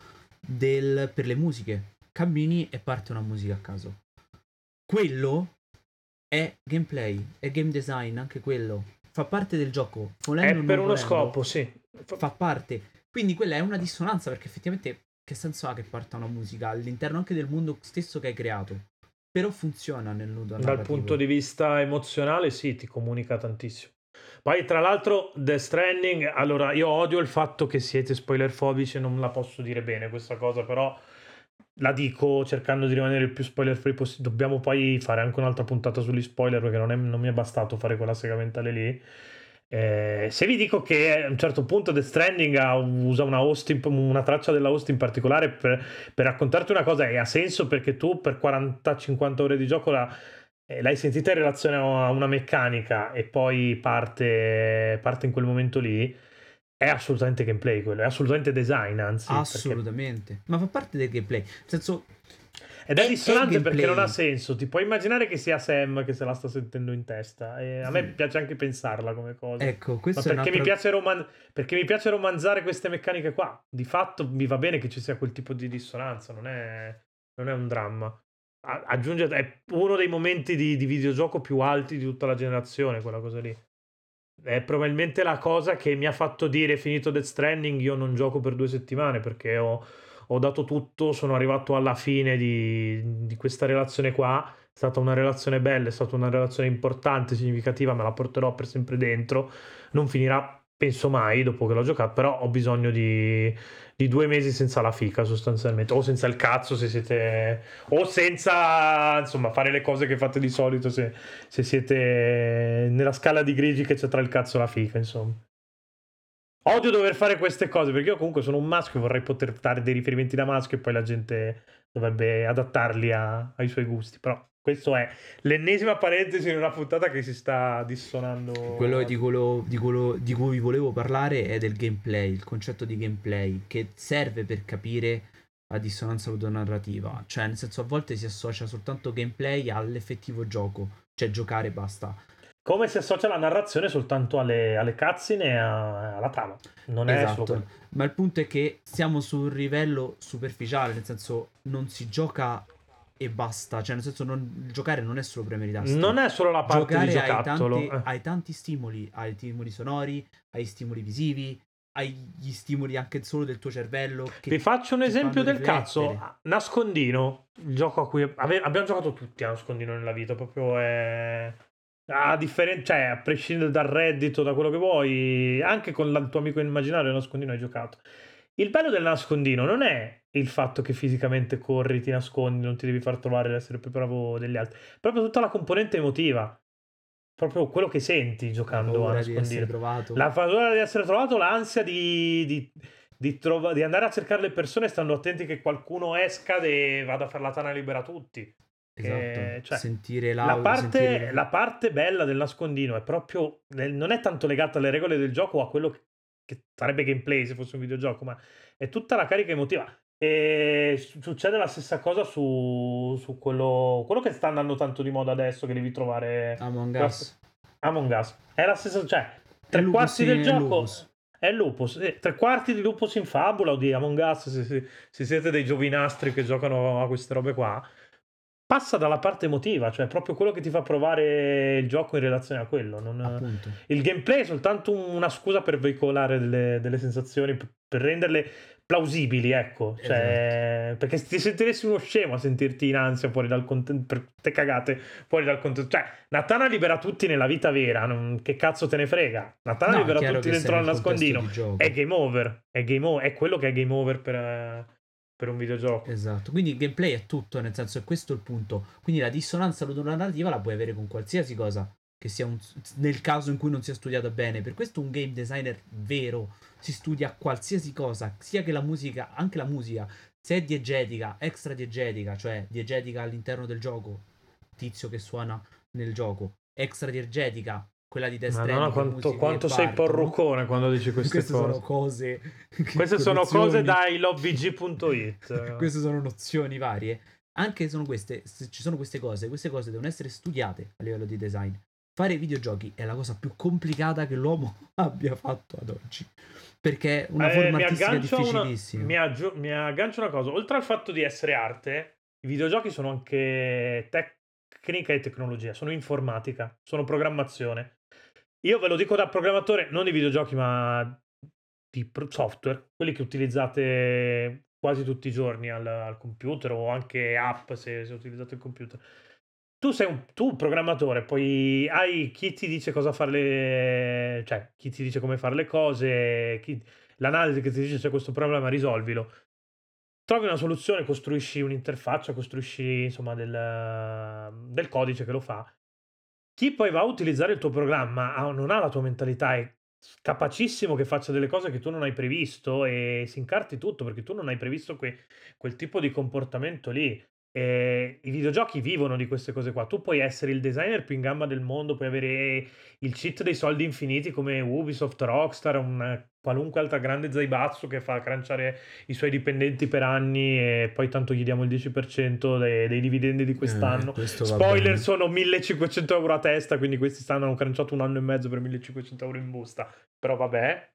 per le musiche. Cammini e parte una musica a caso. Quello è gameplay, è game design, anche quello. Fa parte del gioco, è volendo o per non uno volendo, scopo, sì. fa parte. Quindi quella è una dissonanza perché effettivamente che senso ha che parta una musica all'interno anche del mondo stesso che hai creato? Però funziona nel nudo Dal punto narrativo. di vista emozionale, sì, ti comunica tantissimo. Poi, tra l'altro, Death Stranding, allora io odio il fatto che siete spoiler fobici e non la posso dire bene questa cosa, però la dico cercando di rimanere il più spoiler free possibile. Dobbiamo poi fare anche un'altra puntata sugli spoiler perché non mi è bastato fare quella sega mentale lì. Se vi dico che a un certo punto Death Stranding usa una traccia della host in particolare per raccontarti una cosa e ha senso perché tu per 40-50 ore di gioco l'hai sentita in relazione a una meccanica e poi parte in quel momento lì, è assolutamente gameplay quello, è assolutamente design, anzi, perché Assolutamente. Ma fa parte del gameplay. Nel senso, ed è è dissonante perché non ha gameplay. senso. Ti puoi immaginare che sia Sam che se la sta sentendo in testa. E a me Sì. piace anche pensarla come cosa. Ecco, Ma questo è un perché altro. perché mi piace romanzare queste meccaniche qua. Di fatto mi va bene che ci sia quel tipo di dissonanza, non è un dramma. Aggiunge, è uno dei momenti di videogioco più alti di tutta la generazione, quella cosa lì. È probabilmente la cosa che mi ha fatto dire finito Death Stranding io non gioco per 2 settimane perché ho dato tutto, sono arrivato alla fine di questa relazione qua, è stata una relazione bella, è stata una relazione importante, significativa, me la porterò per sempre dentro, non finirà penso mai dopo che l'ho giocato, però ho bisogno di 2 mesi senza la fica sostanzialmente, o senza il cazzo se siete, o senza insomma fare le cose che fate di solito se siete nella scala di grigi che c'è tra il cazzo e la fica, insomma. Odio dover fare queste cose perché io comunque sono un maschio e vorrei poter dare dei riferimenti da maschio e poi la gente dovrebbe adattarli ai suoi gusti. Però questo è l'ennesima parentesi in una puntata che si sta Quello dissonando. di cui volevo parlare è del gameplay, il concetto di gameplay che serve per capire la dissonanza ludonarrativa. Cioè, nel senso, a volte si associa soltanto gameplay all'effettivo gioco, cioè giocare e basta. Come si associa la narrazione soltanto alle cutscene e alla trama. Non è solo quello. Esatto, ma il punto è che siamo su un livello superficiale, nel senso non si gioca e basta, cioè nel senso giocare non è solo premere i tasti, Non è solo la parte di giocare giocattolo. hai tanti stimoli, hai stimoli sonori, hai stimoli visivi, hai gli stimoli anche solo del tuo cervello Vi che faccio un ti esempio fanno del cazzo. riflettere. Nascondino, il gioco a cui abbiamo giocato tutti a Nascondino nella vita, proprio è cioè a prescindere dal reddito, da quello che vuoi, anche con il tuo amico immaginario a Nascondino hai giocato. Il bello del nascondino non è il fatto che fisicamente corri, ti nascondi, non ti devi far trovare ad essere più bravo degli altri, proprio tutta la componente emotiva, proprio quello che senti La giocando a paura di essere nascondino. trovato. La paura di essere trovato, l'ansia di andare a cercare le persone stando attenti che qualcuno esca e vada a fare la tana libera a tutti. Esatto, Cioè, sentire la l'audio, parte, sentire. la parte bella del nascondino è proprio, non è tanto legata alle regole del gioco o a quello che sarebbe gameplay se fosse un videogioco, ma è tutta la carica emotiva. E succede la stessa cosa su quello che sta andando tanto di moda adesso, che devi trovare Among Us. Among Us. È la stessa, cioè, È tre lupus, quarti sì, del è gioco lupus. è Lupus. 3 quarti di Lupus in fabula o di Among Us, se siete dei giovinastri che giocano a queste robe qua, passa dalla parte emotiva, cioè proprio quello che ti fa provare il gioco in relazione a quello. Appunto. Il gameplay è soltanto una scusa per veicolare delle sensazioni, per renderle plausibili, ecco. Esatto. Cioè, perché ti sentiresti uno scemo a sentirti in ansia fuori dal contesto, per te cagate fuori dal contesto. Cioè, Natana libera tutti nella vita vera, che cazzo te ne frega? Natana No, è libera chiaro tutti che sei dentro al nel contesto nascondino. di È gioco. game over. È quello che è game over per un videogioco. Esatto. Quindi il gameplay è tutto, nel senso è questo il punto. Quindi la dissonanza ludonarrativa la puoi avere con qualsiasi cosa. che sia nel caso in cui non sia studiata bene. Per questo un game designer vero si studia qualsiasi cosa, sia che la musica, anche la musica, se è diegetica, extra diegetica, cioè diegetica all'interno del gioco, tizio che suona nel gioco, extra diegetica, quella di Death Madonna, Stranding, che musiche che quanto sei partono. porruccone quando dici queste Queste sono cose. cose Queste sono cose nozioni. da ilovvg.it. Queste sono nozioni varie. Anche sono queste, se ci sono queste cose devono essere studiate a livello di design. Fare videogiochi è la cosa più complicata che l'uomo abbia fatto ad oggi. Perché è una forma artistica difficilissima. Mi aggancio una cosa. Oltre al fatto di essere arte, i videogiochi sono anche tecnica e tecnologia. Sono informatica, sono programmazione. Io ve lo dico da programmatore, non di videogiochi, ma di software, quelli che utilizzate quasi tutti i giorni al computer, o anche app se utilizzate il computer. Tu sei un programmatore, poi hai chi ti dice cosa fare cioè chi ti dice come fare le cose, l'analisi che ti dice c'è questo problema, risolvilo. Trovi una soluzione, costruisci un'interfaccia, costruisci insomma del codice che lo fa. Chi poi va a utilizzare il tuo programma non ha la tua mentalità, è capacissimo che faccia delle cose che tu non hai previsto e si incarti tutto perché tu non hai previsto quel tipo di comportamento lì. I videogiochi vivono di queste cose qua. Tu puoi essere il designer più in gamba del mondo, puoi avere il cheat dei soldi infiniti come Ubisoft, Rockstar, una qualunque altra grande zaibazzo che fa crunchare i suoi dipendenti per anni e poi tanto gli diamo il 10% dei dividendi di quest'anno. Questo va Spoiler, bene. sono 1500 euro a testa, quindi questi hanno crunchato 1 anno e mezzo per 1500 euro in busta. Però vabbè,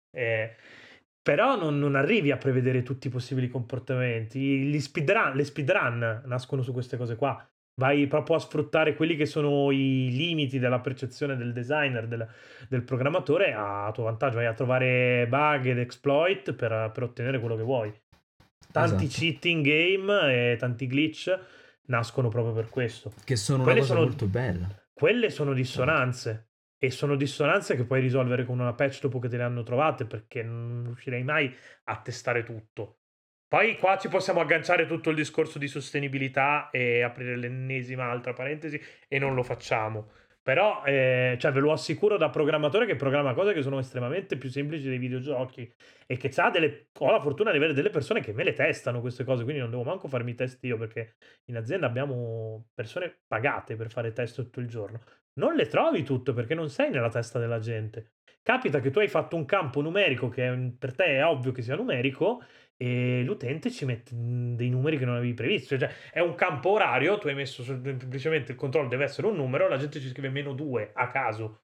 però non arrivi a prevedere tutti i possibili comportamenti. Le speedrun nascono su queste cose qua. Vai proprio a sfruttare quelli che sono i limiti della percezione del designer, del programmatore a tuo vantaggio. Vai a trovare bug ed exploit per ottenere quello che vuoi. Tanti Esatto. cheat in game e tanti glitch nascono proprio per questo. Che sono una Quelle cosa sono, molto bella. quelle sono dissonanze. E sono dissonanze che puoi risolvere con una patch dopo che te le hanno trovate, perché non riuscirei mai a testare tutto. Poi qua ci possiamo agganciare tutto il discorso di sostenibilità e aprire l'ennesima altra parentesi, e non lo facciamo. Però, cioè, ve lo assicuro da programmatore che programma cose che sono estremamente più semplici dei videogiochi e che ho la fortuna di avere delle persone che me le testano queste cose, quindi non devo manco farmi i test io, perché in azienda abbiamo persone pagate per fare test tutto il giorno. Non le trovi tutte perché non sei nella testa della gente. Capita che tu hai fatto un campo numerico che per te è ovvio che sia numerico e l'utente ci mette dei numeri che non avevi previsto. Cioè, è un campo orario, tu hai messo semplicemente il controllo deve essere un numero, la gente ci scrive -2 a caso.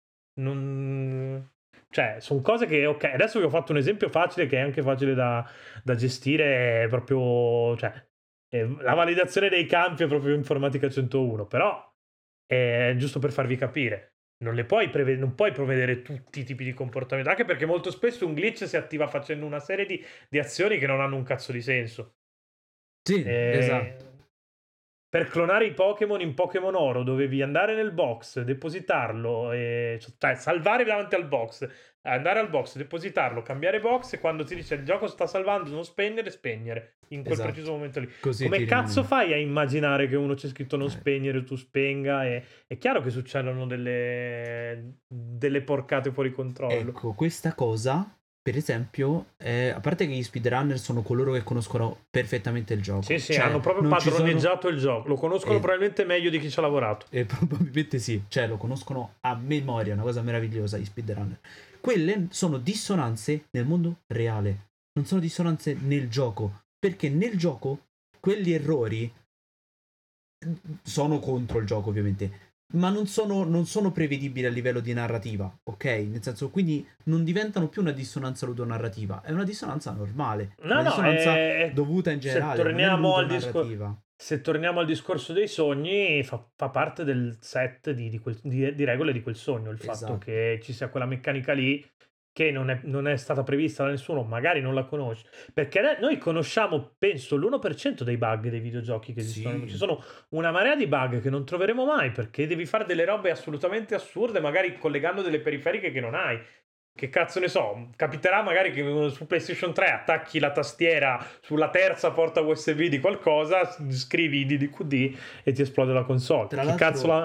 Cioè, sono cose che, ok, adesso vi ho fatto un esempio facile che è anche facile da gestire, è proprio, cioè, la validazione dei campi è proprio informatica 101, però è giusto per farvi capire. Non puoi prevedere tutti i tipi di comportamento, anche perché molto spesso un glitch si attiva facendo una serie di azioni che non hanno un cazzo di senso. Sì, esatto. Per clonare i Pokémon in Pokémon Oro dovevi andare nel box, depositarlo, cioè salvare davanti al box, andare al box, depositarlo, cambiare box e quando ti dice il gioco sta salvando, non spegnere in quel Esatto. preciso momento lì. Così Come ti cazzo rimane. fai a immaginare che uno c'è scritto non spegnere, tu spenga? È chiaro che succedono delle porcate fuori controllo. Ecco, questa cosa, per esempio, a parte che gli speedrunner sono coloro che conoscono perfettamente il Sì, gioco. sì, Cioè, hanno proprio non ci sono... padroneggiato il gioco, lo conoscono probabilmente meglio di chi ci ha lavorato. probabilmente sì, cioè lo conoscono a memoria, una cosa meravigliosa gli speedrunner. Quelle sono dissonanze nel mondo reale, non sono dissonanze nel gioco, perché nel gioco quegli errori sono contro il gioco ovviamente, ma non sono prevedibili a livello di narrativa, ok? Nel senso, quindi non diventano più una dissonanza ludonarrativa, è una dissonanza normale, No, una no, dissonanza dovuta in se generale, non è torniamo ludonarrativa. se torniamo al discorso dei sogni, fa parte del set di regole di quel sogno, il fatto Esatto. che ci sia quella meccanica lì che non è stata prevista da nessuno, magari non la conosci. Perché noi conosciamo, penso, l'1% dei bug dei videogiochi che esistono. Ci Sì, sono una marea di bug che non troveremo mai perché devi fare delle robe assolutamente assurde, magari collegando delle periferiche che non hai. Che cazzo ne so, capiterà magari che su PlayStation 3 attacchi la tastiera sulla terza porta USB di qualcosa, scrivi DDQD e ti esplode la console. tra Chi cazzo l'altro la...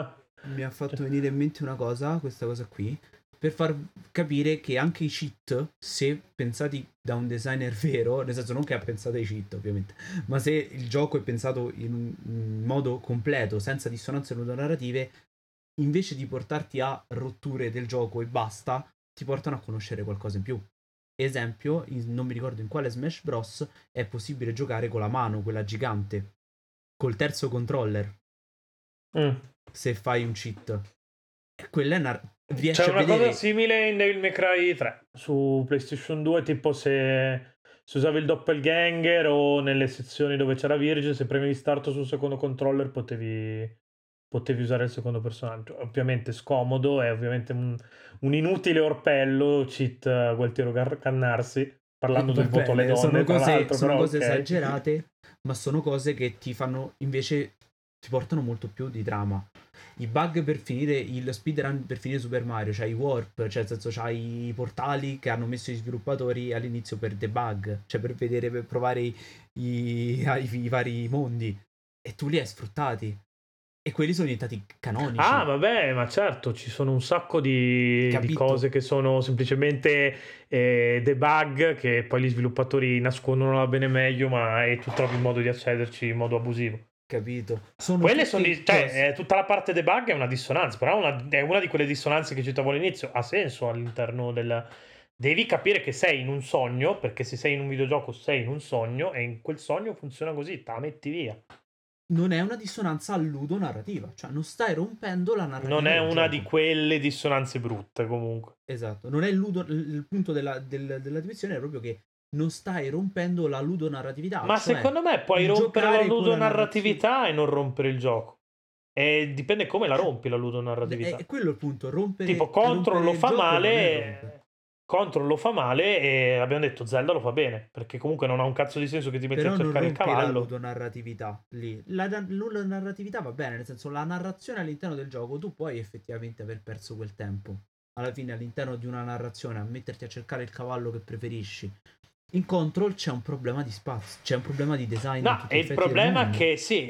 mi ha fatto venire in mente una cosa, questa cosa qui, per far capire che anche i cheat, se pensati da un designer vero, nel senso non che ha pensato ai cheat ovviamente, ma se il gioco è pensato in modo completo, senza dissonanze ludonarrative, invece di portarti a rotture del gioco e basta, ti portano a conoscere qualcosa in più. Esempio, non mi ricordo in quale Smash Bros. È possibile giocare con la mano, quella gigante, col terzo controller, Mm. se fai un cheat. E quella è riesci C'è a una vedere... cosa simile in Devil May Cry 3 su PlayStation 2, tipo se usavi il doppelganger o nelle sezioni dove c'era Virgin, se premi start sul secondo controller potevi usare il secondo personaggio. Ovviamente scomodo, è ovviamente un inutile orpello, cheat Gualtiero Cannarsi, parlando Va del voto alle bene, donne, tra l'altro, sono però cose ok. esagerate, ma sono cose che ti fanno invece ti portano molto più di trama. I bug per finire il speedrun per finire Super Mario, c'hai i warp, cioè nel senso c'hai i portali che hanno messo gli sviluppatori all'inizio per debug, cioè per vedere, per provare i vari mondi, e tu li hai sfruttati. E quelli sono diventati Ah, canonici, vabbè, ma certo, ci sono un sacco di capito? cose che sono semplicemente debug che poi gli sviluppatori nascondono la bene meglio, ma e tu trovi il modo di accederci in modo abusivo. Capito? Sono Quelle sono, tutte cose. cioè, tutta la parte debug è una dissonanza, però è una di quelle dissonanze che citavo all'inizio, ha senso all'interno del... Devi capire che sei in un sogno, perché se sei in un videogioco sei in un sogno, e in quel sogno funziona così, te la metti via. Non è una dissonanza ludonarrativa, cioè non stai rompendo la Non narrativa è del una di gioco. quelle dissonanze brutte, comunque. Esatto, non è il punto della dimensione è proprio che non stai rompendo la ludonarratività, Ma cioè secondo me puoi il rompere la giocare con la narrazione. ludonarratività e non rompere il gioco. E dipende come la Eh, rompi la è ludonarratività. quello il punto, Tipo, rompere Control lo il fa gioco non è rompere. male. Control lo fa male e abbiamo detto Zelda lo fa bene. Perché comunque non ha un cazzo di senso che ti metti a Però non cercare il rompi la cavallo. ludonarratività lì. La ludonarratività va bene, nel senso la narrazione all'interno del gioco tu puoi effettivamente aver perso quel tempo. Alla fine all'interno di una narrazione a metterti a cercare il cavallo che preferisci. In Control c'è un problema di spazio, c'è un problema di design a No, tutti e gli il effetti del problema è mondo. che sì,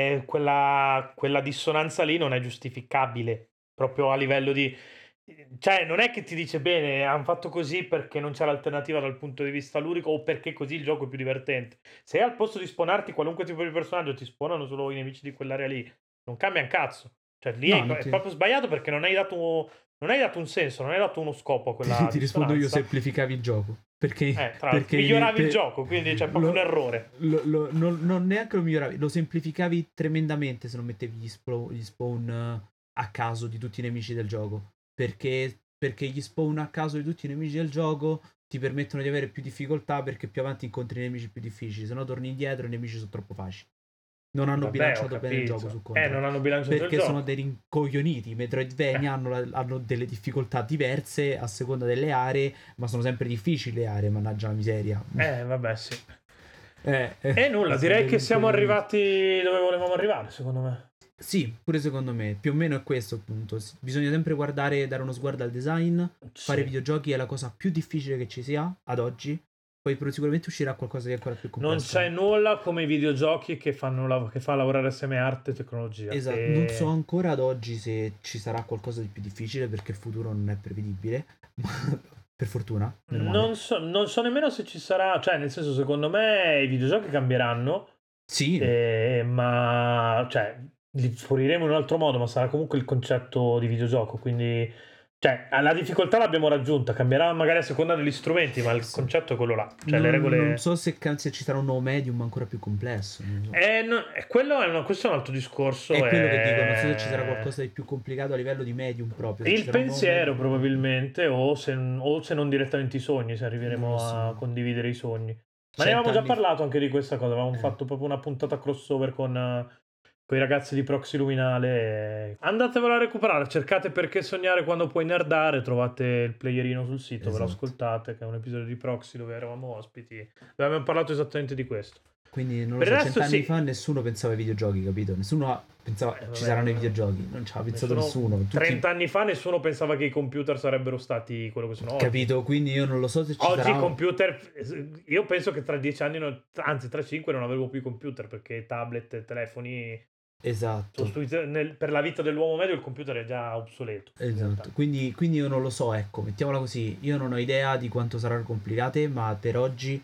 quella dissonanza lì non è giustificabile. Proprio a livello di... Cioè, non è che ti dice bene, hanno fatto così perché non c'è l'alternativa dal punto di vista ludico o perché così il gioco è più divertente. Se al posto di spawnarti qualunque tipo di personaggio ti spawnano solo i nemici di quell'area lì, non cambia un cazzo. Cioè, lì No, è proprio sbagliato perché non hai dato un senso, non hai dato uno scopo a quella ti rispondo io, dissonanza. semplificavi il gioco. Perché, Tra l'altro, perché miglioravi il gioco, quindi c'è proprio un errore. non neanche lo miglioravi, lo semplificavi tremendamente se non mettevi gli spawn a caso di tutti i nemici del gioco. Perché gli spawn a caso di tutti i nemici del gioco ti permettono di avere più difficoltà perché più avanti incontri i nemici più difficili, se no torni indietro e i nemici sono troppo facili. Non hanno Vabbè, ho bilanciato bene il gioco capito. su Control. Non hanno bilanciato il Perché sono gioco. dei rincoglioniti. I Metroidvania hanno delle difficoltà diverse a seconda delle aree, ma sono sempre difficili le aree, mannaggia la miseria. Vabbè, sì. Eh, E nulla, sono direi dei che siamo rincoglioniti. arrivati dove volevamo arrivare, secondo me. Sì, pure secondo me, più o meno è questo il punto. Bisogna sempre guardare, dare uno sguardo al design. Fare Sì. videogiochi è la cosa più difficile che ci sia ad oggi. Poi sicuramente uscirà qualcosa di ancora più Non complesso. c'è nulla come i videogiochi che che fa lavorare assieme arte e tecnologia. Esatto, non so ancora ad oggi se ci sarà qualcosa di più difficile perché il futuro non è prevedibile, ma per fortuna, meno male. Non so nemmeno se ci sarà, cioè, nel senso, secondo me i videogiochi cambieranno, Sì, ma cioè, li sforiremo in un altro modo, ma sarà comunque il concetto di videogioco, quindi cioè, la difficoltà l'abbiamo raggiunta, cambierà magari a seconda degli strumenti, ma il sì. concetto è quello là, cioè le Non regole... so se ci sarà un nuovo medium ancora più complesso, non lo so. Quello questo è un altro discorso. È quello che dico, non so se ci sarà qualcosa di più complicato a livello di medium proprio, se ci Il sarà un nuovo medium pensiero proprio per quello. probabilmente, o se non direttamente i sogni, se Non lo arriveremo a so. condividere i sogni. Ma ne avevamo già 100 anni fa. parlato anche di questa cosa, avevamo fatto proprio una puntata crossover con i ragazzi di Proxy Luminale. Andatevelo a recuperare, cercate Perché sognare quando puoi nerdare, trovate il playerino sul sito, ve lo Esatto. ascoltate, che è un episodio di Proxy dove eravamo ospiti, dove abbiamo parlato esattamente di questo. Quindi non lo Per il so, resto 100 anni sì. fa nessuno pensava ai videogiochi, capito? Nessuno pensava ci saranno i Vabbè, videogiochi, non ci ha pensato nessuno, nessuno. Tutti 30 anni fa nessuno pensava che i computer sarebbero stati quello che sono oggi. capito, quindi io non lo so se ci Oggi i sarà. computer, io penso che tra 10 anni, anzi tra 5 non avremo più i computer perché tablet e telefoni Esatto. Per la vita dell'uomo medio il computer è già obsoleto. Esatto, quindi io non lo so, ecco, mettiamola così, io non ho idea di quanto saranno complicate, ma ad oggi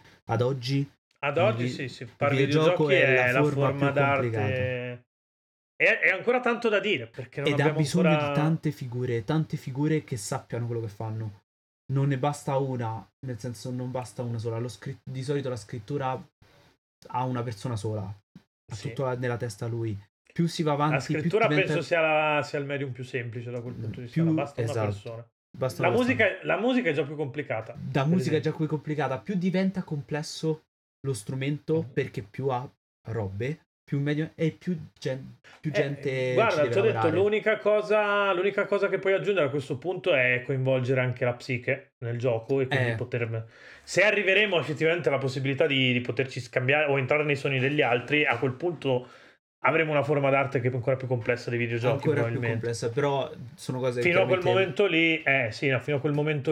Sì, il fare videogioco videogiochi è la la forma più forma complicata. d'arte. È ancora tanto da dire, perché non Ed ha abbiamo bisogno ancora... di tante figure che sappiano quello che fanno. Non ne basta una, nel senso non basta una sola. Di solito la scrittura ha una persona sola, ha Sì. tutto nella testa lui. Più si va avanti, La scrittura più diventa... penso sia il medium più semplice da quel punto di vista. Basta una esatto, persona. basta una persona. La musica è già più complicata. Da musica è già qui complicata, più diventa complesso lo strumento perché più ha robe, più medio e più gente guarda, ci deve ti ho detto, lavorare. l'unica cosa che puoi aggiungere a questo punto è coinvolgere anche la psiche nel gioco e quindi se arriveremo effettivamente alla possibilità di poterci scambiare o entrare nei sogni degli altri, a quel punto avremo una forma d'arte che è ancora più complessa dei videogiochi, Ancora più probabilmente. complessa, però sono cose Fino a quel momento lì, fino a quel momento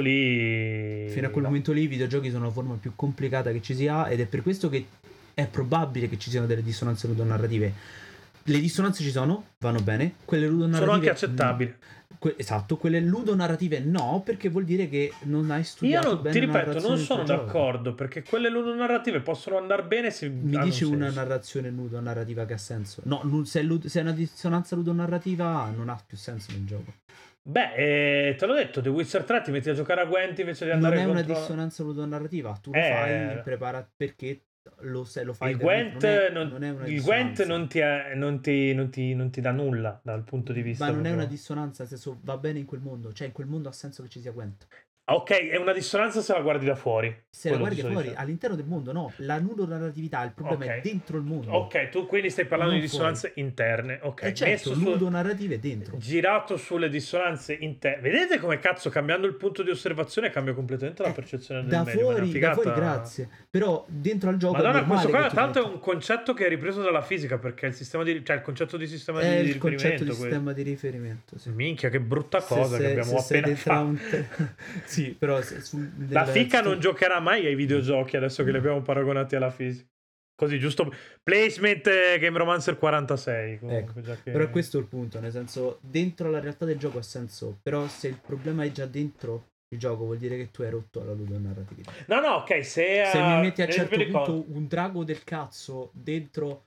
lì i videogiochi sono la forma più complicata che ci sia, ed è per questo che è probabile che ci siano delle dissonanze ludonarrative. Le dissonanze ci sono, vanno bene, quelle ludonarrative sono anche accettabili. Esatto, quelle ludonarrative no, perché vuol dire che non hai studiato bene. Ti ripeto, non del sono tuo gioco. d'accordo, perché quelle ludonarrative possono andare bene se Mi hanno dici un una senso. narrazione ludonarrativa che ha senso? No, se è una dissonanza ludonarrativa non ha più senso nel gioco. Beh, te l'ho detto, The Witcher 3 ti metti a giocare a Gwent invece di andare Non è contro... una dissonanza ludonarrativa, tu lo fai perché lo fai il veramente, Gwent non è una il Gwent dissonanza. non ti dà nulla dal punto di vista Ma non è una proprio... dissonanza, nel senso va bene in quel mondo, cioè in quel mondo ha senso che ci sia Gwent. Ok, è una dissonanza se la guardi da fuori. Se la guardi fuori, all'interno del mondo, no. La ludonarratività, il problema è dentro il mondo. Ok, tu quindi stai parlando non di dissonanze interne. Ok, e certo, ludonarrative dentro. Girato sulle dissonanze interne. Vedete come cazzo, cambiando il punto di osservazione, cambia completamente la percezione del medio. Da fuori, grazie. Però dentro al gioco Madonna, è normale questo qua tanto è un concetto che è ripreso dalla fisica, perché il sistema di... cioè il concetto di sistema di riferimento. È il concetto di sistema di riferimento, sì. Minchia, che brutta cosa che abbiamo appena fatto. Sì, però la fica non giocherà mai ai videogiochi adesso che li abbiamo paragonati alla fisica. Così, giusto placement Game Romancer 46. Comunque, ecco, però questo è il punto, nel senso, dentro la realtà del gioco ha senso, però se il problema è già dentro il gioco vuol dire che tu hai rotto la ludonarratività. No, ok, se mi metti a un certo punto un drago del cazzo dentro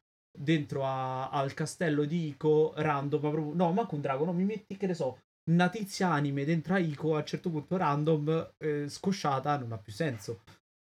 al castello di Ico random, ma proprio, no, manco un drago, no, mi metti, che ne so, una tizia anime dentro a Ico a un certo punto random, scosciata, non ha più senso.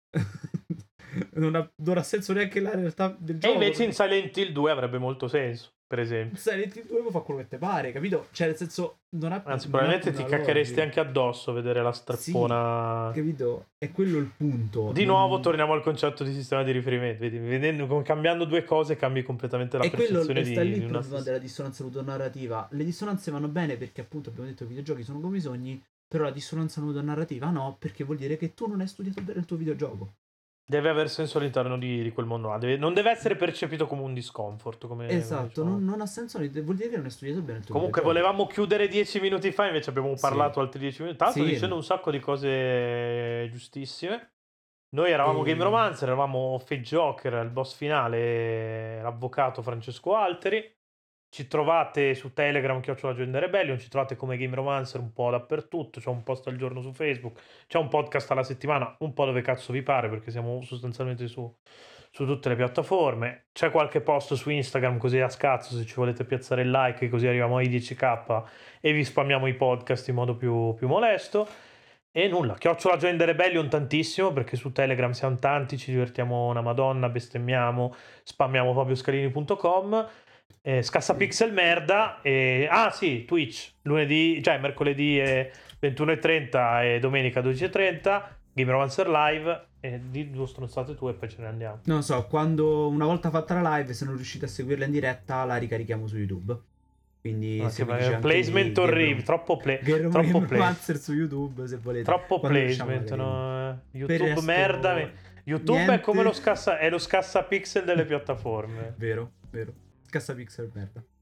non ha senso neanche la realtà del gioco. E invece in Silent Hill 2 avrebbe molto senso, per esempio. Silent Hill 2 fa quello che te pare, capito? Cioè, nel senso, non ha più... Anzi, probabilmente ti caccheresti anche addosso vedere la streppona. Sì, capito? È quello il punto. Di nuovo torniamo al concetto di sistema di riferimento. Vedendo, cambiando due cose cambi completamente la percezione di sta lì il problema della dissonanza ludonarrativa. Le dissonanze vanno bene perché appunto abbiamo detto che i videogiochi sono come i sogni, però la dissonanza ludonarrativa no, perché vuol dire che tu non hai studiato bene il tuo videogioco. Deve aver senso all'interno di quel mondo là. Non deve essere percepito come un discomfort. Esatto, non ha senso, vuol dire che non hai studiato bene il tuo Comunque videogioco. volevamo chiudere 10 minuti fa, invece abbiamo parlato altri 10 minuti. Tanto dicendo un sacco di cose giustissime. Noi eravamo Game Romancer, eravamo Fate Joker, il boss finale, l'avvocato Francesco Alteri. Ci trovate su Telegram, @Agenda Rebellion, ci trovate come Game Romancer un po' dappertutto, c'è un post al giorno su Facebook, c'è un podcast alla settimana, un po' dove cazzo vi pare, perché siamo sostanzialmente su tutte le piattaforme. C'è qualche post su Instagram così a scazzo, se ci volete piazzare il like, così arriviamo ai 10k e vi spammiamo i podcast in modo più molesto. E nulla, @Agenda Rebellion tantissimo, perché su Telegram siamo tanti, ci divertiamo una madonna, bestemmiamo, spammiamo fabioscalini.com. Scassapixel merda. Sì, Twitch mercoledì 21:30 e domenica 12:30 Game Romancer Live. Di due stronzate tue e poi ce ne andiamo. Non so, quando una volta fatta la live, se non riuscite a seguirla in diretta, la ricarichiamo su YouTube. Quindi placement orribile, troppo Romancer su YouTube, se volete. Troppo placement, no? YouTube merda. YouTube è come lo scassapixel delle piattaforme. Vero. Scassapixel merda.